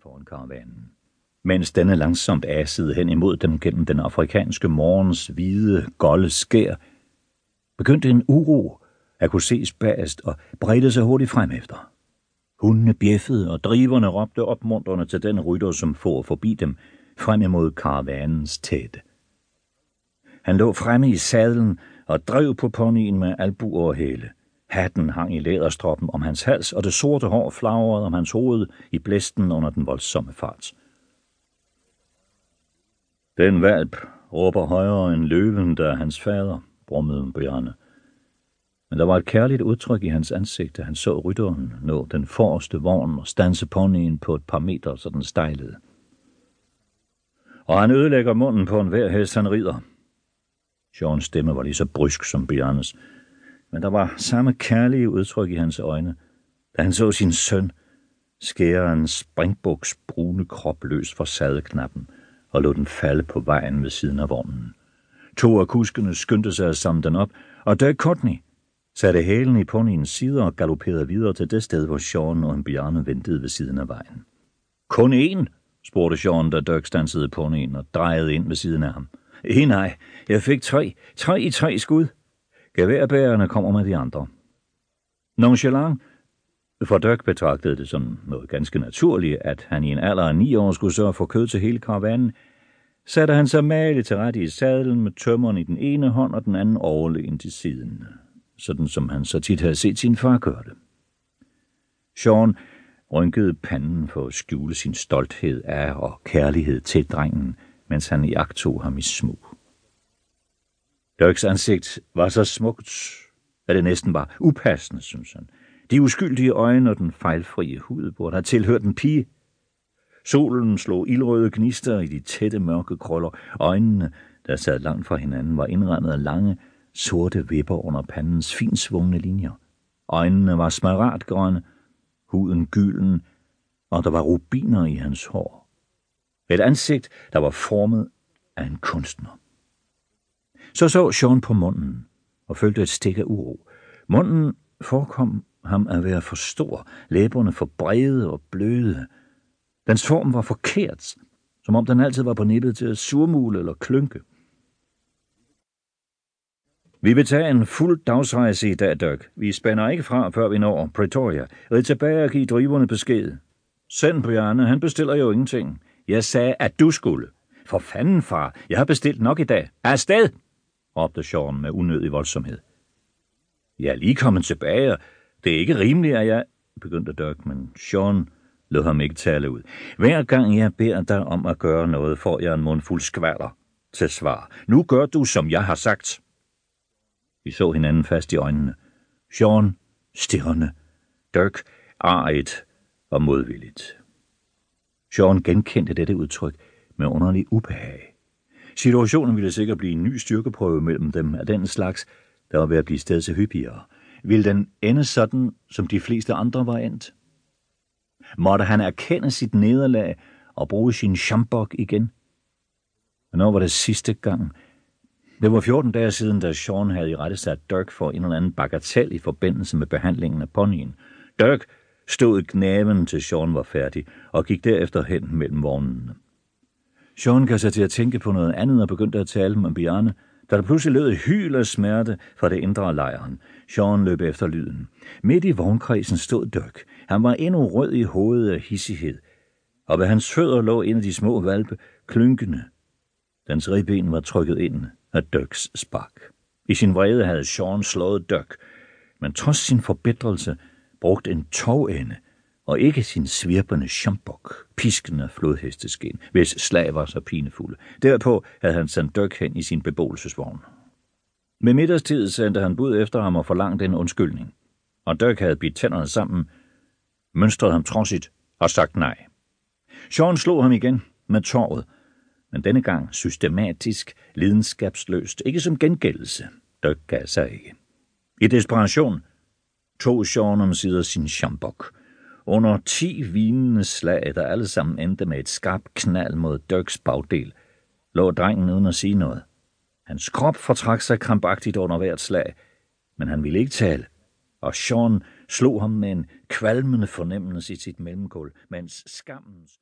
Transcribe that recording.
foran karavanen. Mens denne langsomt asede hen imod dem gennem den afrikanske morgens hvide, golde skær, begyndte en uro at kunne ses bagest og bredte sig hurtigt frem efter. Hundene bjeffede, og driverne råbte opmuntrende til den rytter, som for forbi dem, frem imod karavanens tætte. Han lå fremme i sadlen og drev på ponyen med albuer og hæle. Hatten hang i læderstroppen om hans hals, og det sorte hår flagrede om hans hoved i blæsten under den voldsomme fart. Den hvalp råber højere end løven, der er hans fader, brummede Bjarne. Men der var et kærligt udtryk i hans ansigt, da han så rytteren nå den forreste vogn og standse ponyen på et par meter, så den stejlede. Og han ødelægger munden på enhver hest, han rider. Seans stemme var lige så brysk som Bjarnes, men der var samme kærlige udtryk i hans øjne, da han så sin søn skære en springbuks brune krop løs fra sadelknappen og lod den falde på vejen ved siden af vognen. 2 af kuskene skyndte sig at samle den op, og Dirk Courtney satte hælen i ponyens side og galopperede videre til det sted, hvor Sean og Bjarne ventede ved siden af vejen. Kun én? Spurgte Sean, da Dirk stansede ponyen og drejede ind ved siden af ham. Nej, jeg fik 3 i 3 skud. Geværbærerne kommer med de andre. Nonchalant, for Dirk betragtede det som noget ganske naturligt, at han i en alder af 9 år skulle sørge for kød til hele karavanen, satte han sig mageligt til rette i sadlen med tømmeren i den ene hånd og den anden overlegen til siden, sådan som han så tit havde set sin far gøre det. Sean rynkede panden for at skjule sin stolthed af og kærlighed til drengen, mens han iagttog ham i smug. Dirks ansigt var så smukt, at det næsten var upassende, synes han. De uskyldige øjne og den fejlfrie hud burde have tilhørt en pige. Solen slog ildrøde gnister i de tætte mørke krøller. Øjnene, der sad langt fra hinanden, var indrammet af lange, sorte vipper under pandens finsvungne linjer. Øjnene var smaragdgrønne, huden gylden, og der var rubiner i hans hår. Et ansigt, der var formet af en kunstner. Så Sean på munden og følte et stik af uro. Munden forekom ham at være for stor, læberne for brede og bløde. Dens form var forkert, som om den altid var på nippet til at surmule eller klynke. Vi vil tage en fuld dagsrejse i dag, Dirk. Vi spænder ikke fra, før vi når Pretoria. Rid tilbage og giv driverne besked. Send Bjarne, han bestiller jo ingenting. Jeg sagde, at du skulle. For fanden, far, jeg har bestilt nok i dag. Afsted! Råbte Sean med unødig voldsomhed. Jeg er lige kommet tilbage, og det er ikke rimeligt, at jeg... begyndte Dirk, men Sean lod ham ikke tale ud. Hver gang jeg beder dig om at gøre noget, får jeg en mundfuld skvalder til svar. Nu gør du, som jeg har sagt. Vi så hinanden fast i øjnene. Sean stirrende, Dirk arigt og modvilligt. Sean genkendte dette udtryk med underlig ubehag. Situationen ville sikkert blive en ny styrkeprøve mellem dem af den slags, der var ved at blive sted til hyppigere. Ville den ende sådan, som de fleste andre var endt? Måtte han erkende sit nederlag og bruge sin sjambok igen? Hvornår var det sidste gang? Det var 14 dage siden, da Sean havde irettesat Dirk for en eller anden bagatel i forbindelse med behandlingen af ponyen. Dirk stod gnaven til Sean var færdig og gik derefter hen mellem vognene. Sean gav sig til at tænke på noget andet og begyndte at tale med Bjarne, da der pludselig lød et hyl af smerte fra det indre af lejren. Sean løb efter lyden. Midt i vognkredsen stod Dirk. Han var endnu rød i hovedet af hissighed, og ved hans fødder lå en af de små hvalpe, klynkende. Dens ribben var trykket ind af Dirks spark. I sin vrede havde Sean slået Dirk, men trods sin forbitrelse brugt en tovende og ikke sin svirpende sjambok, piskende flodhesteskin, hvis slag var så pinefulde. Derpå havde han sendt Dirk hen i sin beboelsesvogn. Med middagstid sendte han bud efter ham og forlangte en undskyldning, og Dirk havde bidt tænderne sammen, mønstret ham trodsigt og sagt nej. Sean slog ham igen med torvet, men denne gang systematisk, lidenskabsløst, ikke som gengældelse. Dirk gav sig ikke. I desperation tog Sean omsider sin sjambok. Under 10 vinende slag, der alle sammen endte med et skarpt knald mod Dirks bagdel, lå drengen uden at sige noget. Hans krop fortrak sig krampagtigt under hvert slag, men han ville ikke tale, og Sean slog ham med en kvalmende fornemmelse i sit mellemgulv, mens skammens